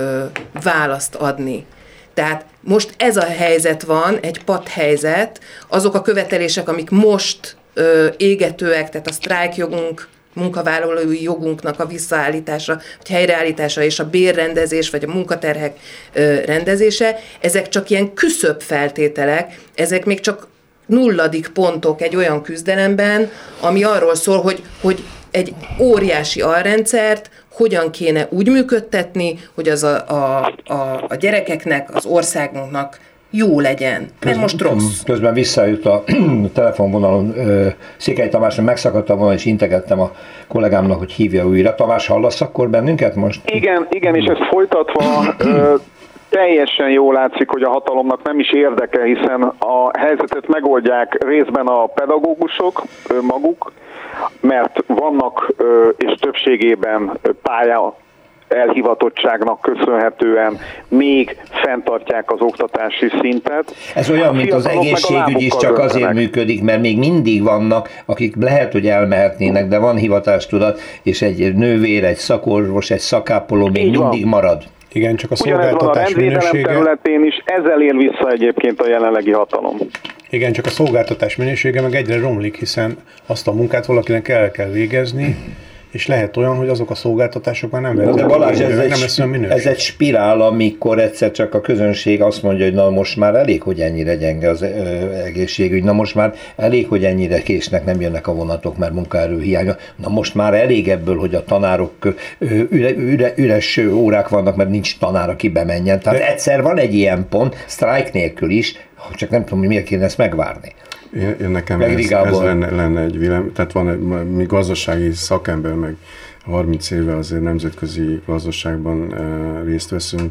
választ adni. Tehát most ez a helyzet van, egy patthelyzet, azok a követelések, amik most égetőek, tehát a sztrájkjogunk, munkavállalói jogunknak a visszaállítása, vagy helyreállítása és a bérrendezés, vagy a munkaterhek rendezése, ezek csak ilyen küszöbb feltételek, ezek még csak nulladik pontok egy olyan küzdelemben, ami arról szól, hogy egy óriási alrendszert hogyan kéne úgy működtetni, hogy az a gyerekeknek, az országunknak jó legyen, mert most rossz. Közben visszajött a telefonvonalon Székely Tamásnak, megszakadt a vonal, és integettem a kollégámnak, hogy hívja újra. Tamás, hallasz akkor bennünket most? Igen, és ezt folytatva teljesen jól látszik, hogy a hatalomnak nem is érdeke, hiszen a helyzetet megoldják részben a pedagógusok maguk, mert vannak és többségében pálya elhivatottságnak köszönhetően még fenntartják az oktatási szintet. Ez olyan, mint az egészségügy is csak azért működik, mert még mindig vannak, akik lehet, hogy elmehetnének, de van hivatástudat, és egy nővér, egy szakorvos, egy szakápoló még mindig marad. Igen, csak a szolgáltatás minősége... területén is ezzel él vissza egyébként a jelenlegi hatalom. Igen, csak a szolgáltatás minősége meg egyre romlik, hiszen azt a munkát valakinek el kell végezni, és lehet olyan, hogy azok a szolgáltatások már nem vezetnek. De Balázs, ez egy spirál, amikor egyszer csak a közönség azt mondja, hogy na most már elég, hogy ennyire gyenge az egészségügy, na most már elég, hogy ennyire késnek, nem jönnek a vonatok, mert munkaerő hiánya, na most már elég ebből, hogy a tanárok üres órák vannak, mert nincs tanár, aki bemenjen. Tehát egyszer van egy ilyen pont, sztrájk nélkül is, csak nem tudom, hogy miért kéne ezt megvárni. Én nekem ez lenne egy vélemény, tehát van mi gazdasági szakember, meg 30 éve azért nemzetközi gazdaságban részt veszünk,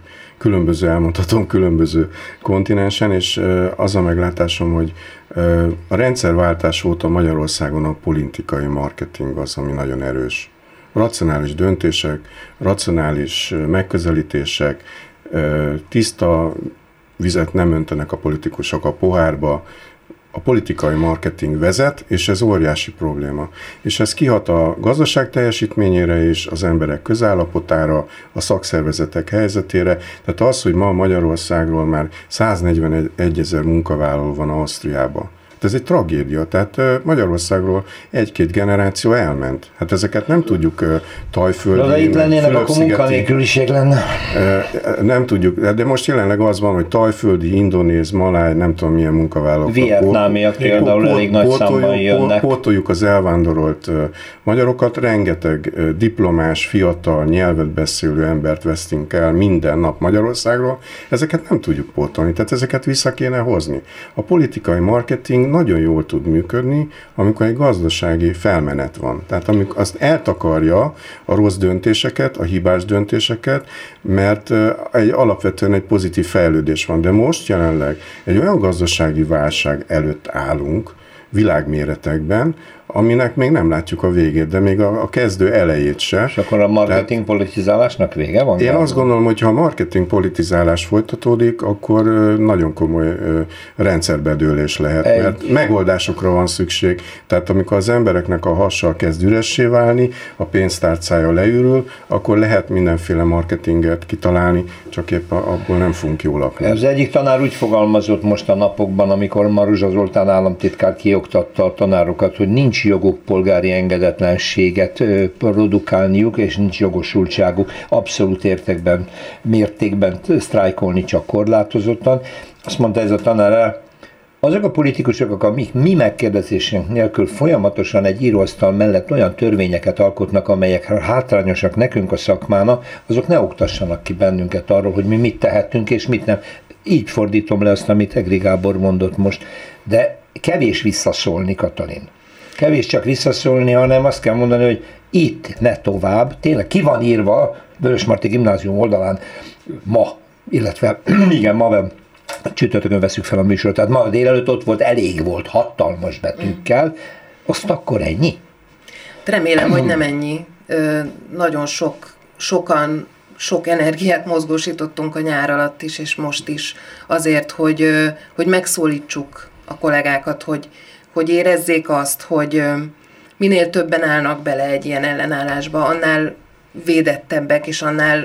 különböző kontinensen, és az a meglátásom, hogy a rendszerváltás óta Magyarországon a politikai marketing az, ami nagyon erős. Racionális döntések, racionális megközelítések, tiszta vizet nem öntenek a politikusok a pohárba, a politikai marketing vezet, és ez óriási probléma. És ez kihat a gazdaság teljesítményére is, az emberek közállapotára, a szakszervezetek helyzetére. Tehát az, hogy ma Magyarországról már 141 000 munkavállaló van Ausztriában. Ez egy tragédia, tehát Magyarországról egy-két generáció elment. Hát ezeket nem tudjuk Tajföldi, de itt lennének, akkor munkanélküliség lenne. Nem tudjuk, de most jelenleg az van, hogy tajföldi, indonéz, maláj, nem tudom milyen munkavállalók. Vietnámiak például elég nagy számban jönnek. Pótoljuk az elvándorolt magyarokat, rengeteg diplomás, fiatal, nyelvet beszélő embert vesztünk el minden nap Magyarországról. Ezeket nem tudjuk pótolni, tehát ezeket vissza kéne hozni. A politikai marketing nagyon jól tud működni, amikor egy gazdasági felmenet van. Tehát amikor azt eltakarja a rossz döntéseket, a hibás döntéseket, mert alapvetően egy pozitív fejlődés van. De most jelenleg egy olyan gazdasági válság előtt állunk, világméretekben, aminek még nem látjuk a végét, de még a kezdő elejét se. És akkor a marketing politizálásnak vége van? Én azt gondolom, hogy ha a marketing politizálás folytatódik, akkor nagyon komoly rendszerbedőlés lehet, mert megoldásokra van szükség. Tehát amikor az embereknek a hasa kezd üressé válni, a pénztárcája leürül, akkor lehet mindenféle marketinget kitalálni, csak épp abból nem fogunk jól lakni. Az egyik tanár úgy fogalmazott most a napokban, amikor Maruzsa Zoltán államtitkár kioktatta a tanárokat, hogy nincs nincs joguk polgári engedetlenséget produkálniuk, és nincs jogosultságuk abszolút mértékben sztrájkolni, csak korlátozottan. Azt mondta ez a tanár el, azok a politikusok, akik mi megkérdezésünk nélkül folyamatosan egy íróasztal mellett olyan törvényeket alkotnak, amelyek hátrányosak nekünk a szakmának, azok ne oktassanak ki bennünket arról, hogy mi mit tehetünk és mit nem. Így fordítom le azt, amit Egri Gábor mondott most. De kevés visszaszólni, Katalin. Kevés csak visszaszólni, hanem azt kell mondani, hogy itt ne tovább. Tényleg ki van írva Vörösmarty Gimnázium oldalán ma, illetve igen, ma csütörtökön veszük fel a műsort, tehát ma délelőtt ott volt, elég volt, hatalmas betűkkel, azt akkor ennyi? Remélem, hogy nem ennyi. Nagyon sok energiát mozgósítottunk a nyár alatt is, és most is azért, hogy megszólítsuk a kollégákat, hogy érezzék azt, hogy minél többen állnak bele egy ilyen ellenállásba, annál védettebbek, és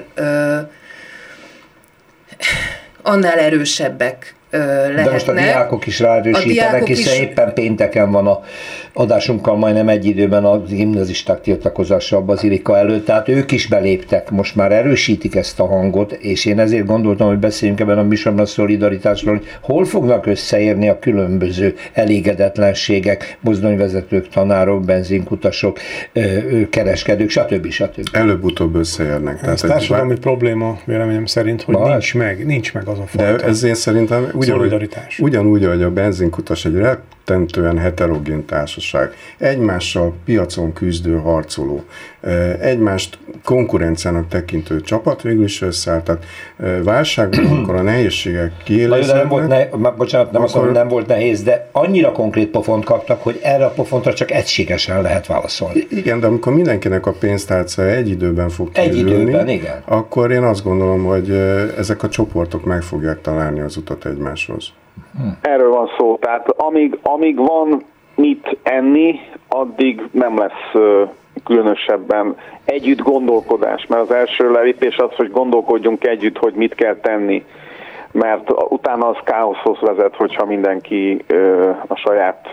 annál erősebbek lehetnek. De most a diákok is ráerősítenek, hiszen éppen pénteken van a adásunkkal majdnem egy időben a gimnazisták tiltakozása a bazilika előtt, tehát ők is beléptek, most már erősítik ezt a hangot, és én ezért gondoltam, hogy beszéljünk ebben a műsorban a szolidaritásról, hogy hol fognak összeérni a különböző elégedetlenségek, mozdonyvezetők, tanárok, benzinkutasok, kereskedők, stb. Előbb-utóbb összeérnek. Ez társadalmi probléma, véleményem szerint, hogy nincs meg az a fajta. De ez én szerintem ugyanúgy, hogy a benzinkutas egy rettentően heterogén társaság, egymással piacon küzdő, harcoló, egymást konkurenciának tekintő csapat végül is összeállt. Tehát válságban, amikor a nehézségek kiéleződnek... Nem volt nehéz, de annyira konkrét pofont kaptak, hogy erre a pofontra csak egységesen lehet válaszolni. Igen, de amikor mindenkinek a pénztárcája egy időben fog kiürülni, akkor én azt gondolom, hogy ezek a csoportok meg fogják találni az utat egymáshoz. Erről van szó, tehát amíg van mit enni, addig nem lesz különösebben együtt gondolkodás, mert az első lépés az, hogy gondolkodjunk együtt, hogy mit kell tenni, mert utána az káoszhoz vezet, hogyha mindenki a saját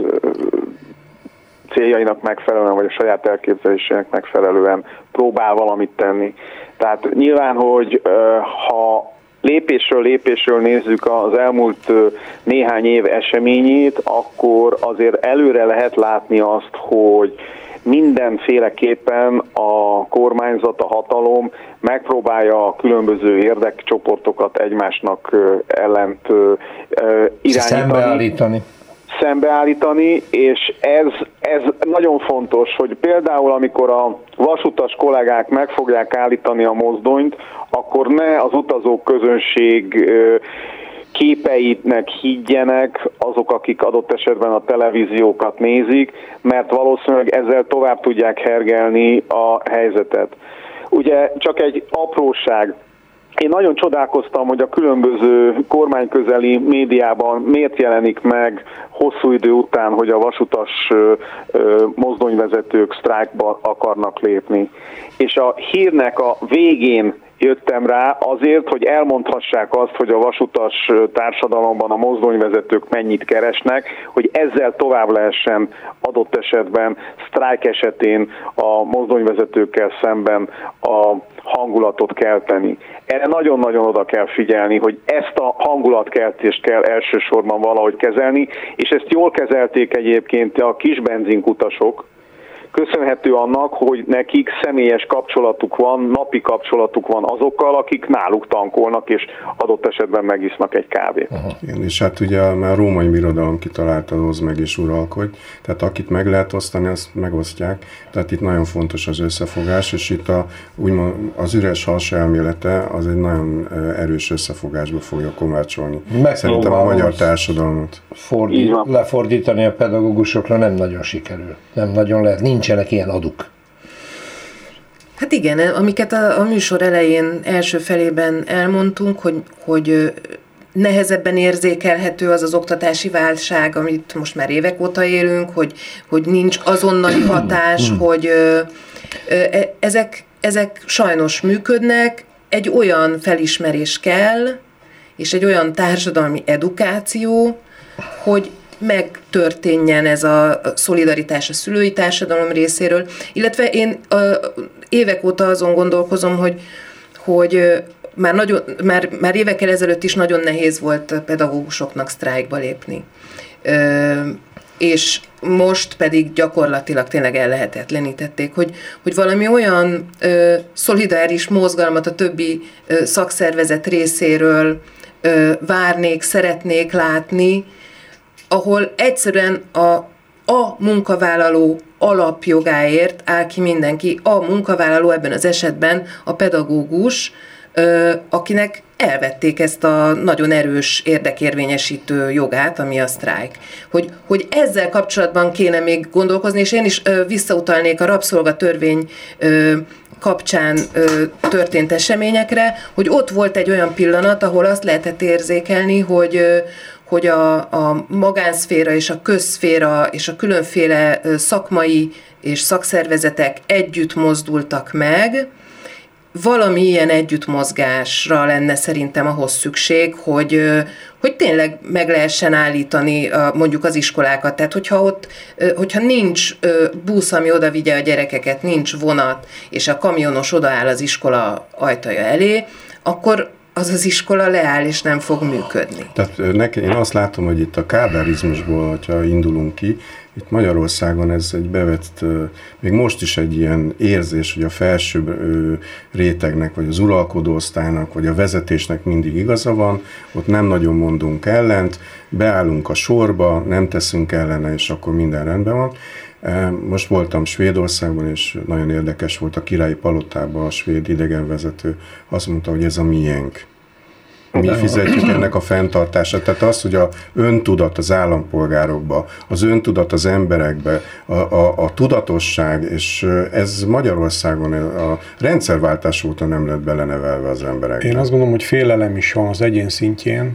céljainak megfelelően, vagy a saját elképzelésének megfelelően próbál valamit tenni. Tehát nyilván, hogy ha lépésről nézzük az elmúlt néhány év eseményét, akkor azért előre lehet látni azt, hogy mindenféleképpen a kormányzat, a hatalom megpróbálja a különböző érdekcsoportokat egymásnak ellent irányítani. Szembeállítani, és ez nagyon fontos, hogy például amikor a vasutas kollégák meg fogják állítani a mozdonyt, akkor ne az utazók közönség képeinek higgyenek azok, akik adott esetben a televíziókat nézik, mert valószínűleg ezzel tovább tudják hergelni a helyzetet. Ugye csak egy apróság. Én nagyon csodálkoztam, hogy a különböző kormányközeli médiában miért jelenik meg hosszú idő után, hogy a vasutas mozdonyvezetők sztrájkba akarnak lépni. És a hírnek a végén jöttem rá azért, hogy elmondhassák azt, hogy a vasutas társadalomban a mozdonyvezetők mennyit keresnek, hogy ezzel tovább lehessen adott esetben sztrájk esetén a mozdonyvezetőkkel szemben a hangulatot kelteni. Erre nagyon-nagyon oda kell figyelni, hogy ezt a hangulatkeltést kell elsősorban valahogy kezelni, és ezt jól kezelték egyébként a kis benzinkutasok, köszönhető annak, hogy nekik személyes kapcsolatuk van, napi kapcsolatuk van azokkal, akik náluk tankolnak, és adott esetben megisznak egy kávét. Igen, és hát ugye már a római birodalom kitalálta, hozd meg és uralkodj, tehát akit meg lehet osztani, azt megosztják, tehát itt nagyon fontos az összefogás, és itt úgymond az üres has elmélete az egy nagyon erős összefogásba fogja kovácsolni. Szerintem a magyar társadalmat. Lefordítani a pedagógusokra nem nagyon sikerül. Nem nagyon lehet, nincsenek ilyen aduk. Hát igen, amiket a műsor elején első felében elmondtunk, hogy nehezebben érzékelhető az az oktatási válság, amit most már évek óta élünk, hogy nincs azonnali hatás, hogy ezek sajnos működnek, egy olyan felismerés kell, és egy olyan társadalmi edukáció, hogy megtörténjen ez a szolidaritás a szülői társadalom részéről, illetve én évek óta azon gondolkozom, hogy már évekkel ezelőtt is nagyon nehéz volt pedagógusoknak sztrájkba lépni. És most pedig gyakorlatilag tényleg ellehetetlenítették, hogy valami olyan szolidáris mozgalmat a többi szakszervezet részéről várnék, szeretnék látni, ahol egyszerűen a munkavállaló alapjogáért áll ki mindenki, a munkavállaló ebben az esetben a pedagógus, akinek elvették ezt a nagyon erős érdekérvényesítő jogát, ami a sztrájk. Hogy ezzel kapcsolatban kéne még gondolkozni, és én is visszautalnék a rabszolgatörvény kapcsán történt eseményekre, hogy ott volt egy olyan pillanat, ahol azt lehetett érzékelni, hogy a magánszféra és a közszféra és a különféle szakmai és szakszervezetek együtt mozdultak meg. Valami ilyen együttmozgásra lenne szerintem ahhoz szükség, hogy tényleg meg lehessen állítani mondjuk az iskolákat. Tehát hogyha nincs busz, ami oda vigye a gyerekeket, nincs vonat, és a kamionos odaáll az iskola ajtaja elé, akkor az iskola leáll és nem fog működni. Tehát én azt látom, hogy itt a kádárizmusból, hogyha indulunk ki, itt Magyarországon ez egy bevett, még most is egy ilyen érzés, hogy a felső rétegnek, vagy az uralkodó osztálynak, vagy a vezetésnek mindig igaza van, ott nem nagyon mondunk ellent, beállunk a sorba, nem teszünk ellene, és akkor minden rendben van. Most voltam Svédországban, és nagyon érdekes volt a Királyi Palotában a svéd idegenvezető, azt mondta, hogy ez a miénk. Mi fizetjük ennek a fenntartását. Tehát az, hogy a öntudat az állampolgárokba, az öntudat az emberekbe, a tudatosság, és ez Magyarországon a rendszerváltás óta nem lett belenevelve az emberekbe. Én azt gondolom, hogy félelem is van az egyén szintjén.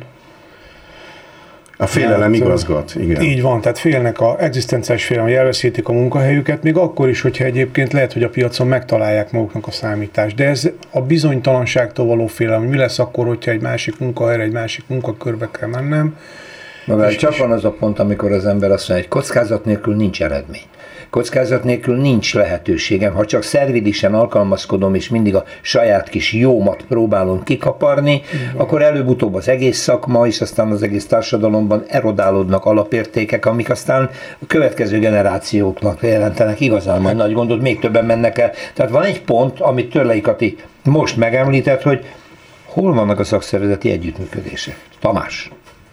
A félelem igazgat, igen. Így van, tehát félnek az egzisztenciális félelem, hogy elveszítik a munkahelyüket, még akkor is, hogyha egyébként lehet, hogy a piacon megtalálják maguknak a számítást. De ez a bizonytalanságtól való félelem, hogy mi lesz akkor, hogyha egy másik munkahelyre, egy másik munkakörbe kell mennem. Csak van az a pont, amikor az ember azt mondja, hogy kockázat nélkül nincs eredmény. Kockázat nélkül nincs lehetőségem. Ha csak szervilisen alkalmazkodom, és mindig a saját kis jómat próbálom kikaparni, akkor előbb-utóbb az egész szakma, és aztán az egész társadalomban erodálódnak alapértékek, amik aztán a következő generációknak jelentenek igazán majd nagy gondot, még többen mennek el. Tehát van egy pont, amit Törlei Kati most megemlített, hogy hol vannak a szakszervezeti együttműködések. Tamás.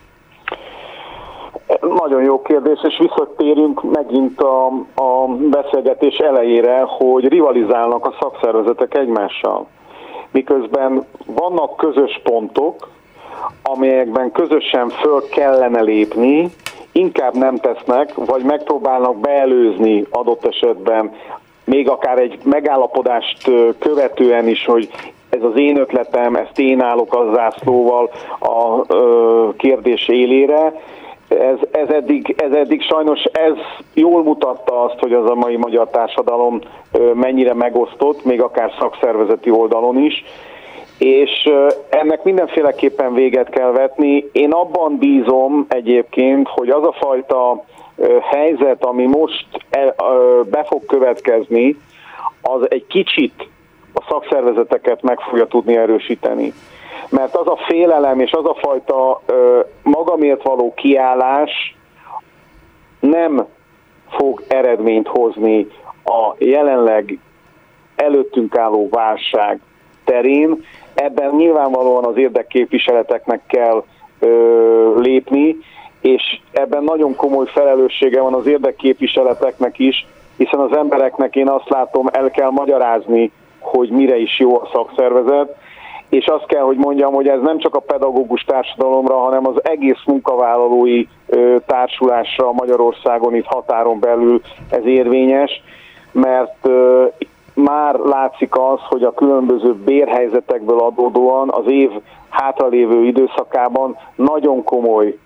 Nagyon jó kérdés, és visszatérünk megint a beszélgetés elejére, hogy rivalizálnak a szakszervezetek egymással. Miközben vannak közös pontok, amelyekben közösen föl kellene lépni, inkább nem tesznek, vagy megpróbálnak beelőzni adott esetben, még akár egy megállapodást követően is, hogy ez az én ötletem, ezt én állok a zászlóval a kérdés élére. Ez eddig sajnos ez jól mutatta azt, hogy az a mai magyar társadalom mennyire megosztott, még akár szakszervezeti oldalon is, és ennek mindenféleképpen véget kell vetni. Én abban bízom egyébként, hogy az a fajta helyzet, ami most be fog következni, az egy kicsit a szakszervezeteket meg fogja tudni erősíteni. Mert az a félelem és az a fajta magamért való kiállás nem fog eredményt hozni a jelenleg előttünk álló válság terén. Ebben nyilvánvalóan az érdekképviseleteknek kell lépni, és ebben nagyon komoly felelőssége van az érdekképviseleteknek is, hiszen az embereknek én azt látom, el kell magyarázni, hogy mire is jó a szakszervezet, és azt kell, hogy mondjam, hogy ez nem csak a pedagógus társadalomra, hanem az egész munkavállalói társulásra Magyarországon itt határon belül ez érvényes, mert már látszik az, hogy a különböző bérhelyzetekből adódóan az év hátralévő időszakában nagyon komoly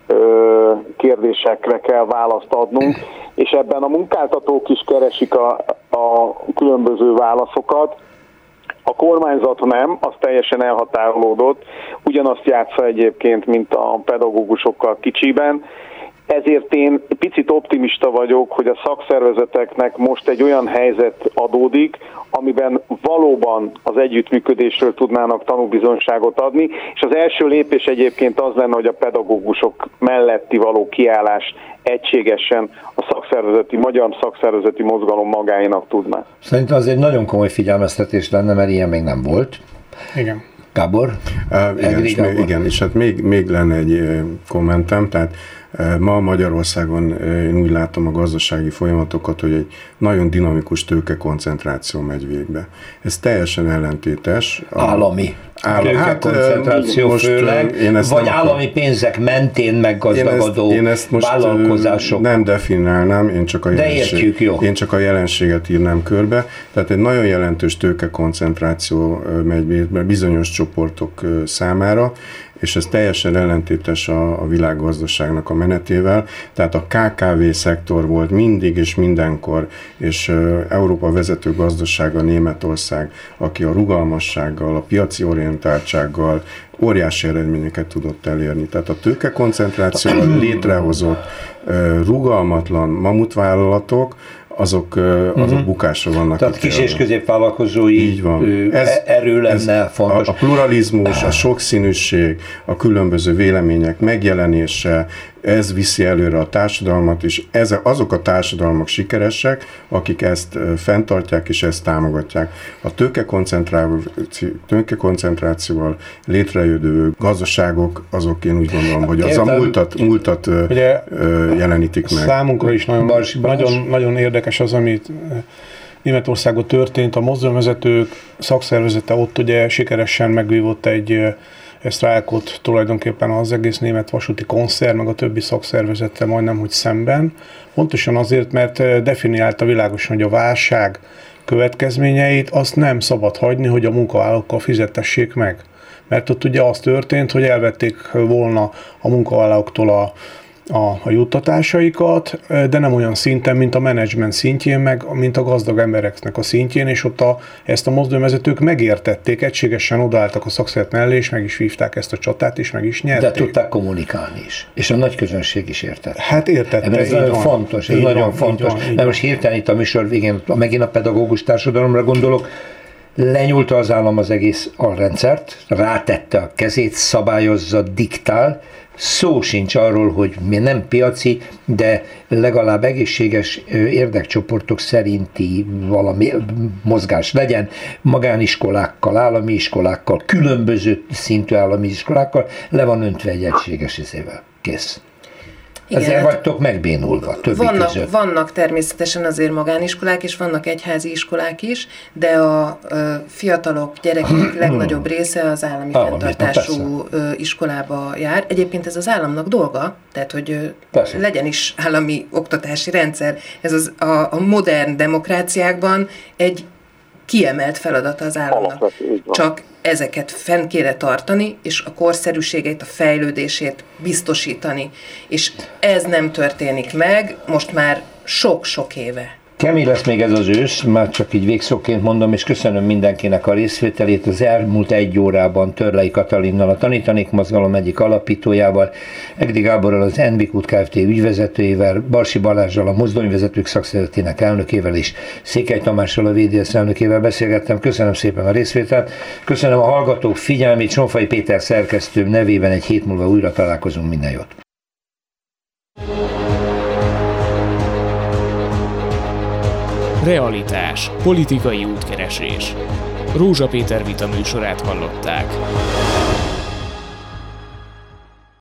kérdésekre kell választ adnunk, és ebben a munkáltatók is keresik a különböző válaszokat. A kormányzat nem, az teljesen elhatárolódott, ugyanazt játsza egyébként, mint a pedagógusokkal kicsiben, Ezért én picit optimista vagyok, hogy a szakszervezeteknek most egy olyan helyzet adódik, amiben valóban az együttműködésről tudnának tanúbizonyságot adni, és az első lépés egyébként az lenne, hogy a pedagógusok melletti való kiállás egységesen a magyar szakszervezeti mozgalom magáénak tudná. Szerintem az egy nagyon komoly figyelmeztetés lenne, mert ilyen még nem volt. Igen. Gábor? Igen, és hát még lenne egy kommentem, tehát ma Magyarországon én úgy látom a gazdasági folyamatokat, hogy egy nagyon dinamikus tőkekoncentráció megy végbe. Ez teljesen ellentétes. Állami tőkekoncentráció főleg, vagy állami pénzek mentén meggazdagodó vállalkozások. Nem definiálnám, én csak a jelenséget írnám körbe. Tehát egy nagyon jelentős tőkekoncentráció megy végbe bizonyos csoportok számára, és ez teljesen ellentétes a világgazdaságnak a menetével. Tehát a KKV szektor volt mindig és mindenkor, és Európa vezető gazdasága Németország, aki a rugalmassággal, a piaci orientáltsággal óriási eredményeket tudott elérni. Tehát a tőkekoncentrációval létrehozott rugalmatlan mamutvállalatok, azok bukásra vannak. Tehát kis és középvállalkozói erő lenne fontos. A pluralizmus, a sokszínűség, a különböző vélemények megjelenése, ez viszi előre a társadalmat, és azok a társadalmak sikeresek, akik ezt fenntartják és ezt támogatják. A tőkekoncentrációval létrejövő gazdaságok, azok én úgy gondolom, hogy az a múltat jelenítik meg. Számunkra is nagyon érdekes az, amit Németországon történt. A mozdonyvezetők szakszervezete ott ugye sikeresen megvívott egy sztrájkot tulajdonképpen az egész német vasúti koncern, meg a többi szakszervezete majdnem, hogy szemben. Pontosan azért, mert definiálta világosan, hogy a válság következményeit azt nem szabad hagyni, hogy a munkavállalókkal fizetessék meg. Mert ott ugye az történt, hogy elvették volna a munkavállalóktól a juttatásaikat, de nem olyan szinten, mint a menedzsment szintjén, meg mint a gazdag embereknek a szintjén, és ott ezt a mozdonyvezetők megértették, egységesen odaálltak a szakszervezet mellé, és meg is vívták ezt a csatát, és meg is nyerték. De tudták kommunikálni is, és a nagy közönség is értette. Hát értette. Ez nagyon fontos, mert most hirtelen itt a műsor végén megint a pedagógus társadalomra gondolok, lenyúlta az állam az egész alrendszert, rátette a kezét, szabályozza, diktál, szó sincs arról, hogy mi nem piaci, de legalább egészséges érdekcsoportok szerinti valami mozgás legyen, magániskolákkal, állami iskolákkal, különböző szintű állami iskolákkal, le van öntve egy egységes izével. Kész. Ezzel vagytok megbénulva többi között. Vannak természetesen azért magániskolák, és vannak egyházi iskolák is, de a fiatalok, gyerekek legnagyobb része az állami fenntartású iskolába jár. Egyébként ez az államnak dolga, tehát hogy legyen is állami oktatási rendszer. Ez a modern demokráciákban egy kiemelt feladata az államnak. Csak ezeket fenn kéne tartani, és a korszerűségét, a fejlődését biztosítani. És ez nem történik meg most már sok-sok éve. Kemény lesz még ez az ősz, már csak így végszóként mondom, és köszönöm mindenkinek a részvételét. Az elmúlt 1 órában Törlei Katalinnal, a Tanítanék Mozgalom egyik alapítójával, Egri Gáborral, az Envikút Kft. Ügyvezetőjével, Balsi Balázsral, a Mozdonyvezetők Szakszervezetének elnökével és Székely Tamással, a VDS elnökével beszélgettem. Köszönöm szépen a részvételt, köszönöm a hallgatók figyelmét, Sonfai Péter szerkesztőm nevében egy hét múlva újra találkozunk, minden jót! Realitás. Politikai útkeresés. Rózsa Péter vita műsorát hallották.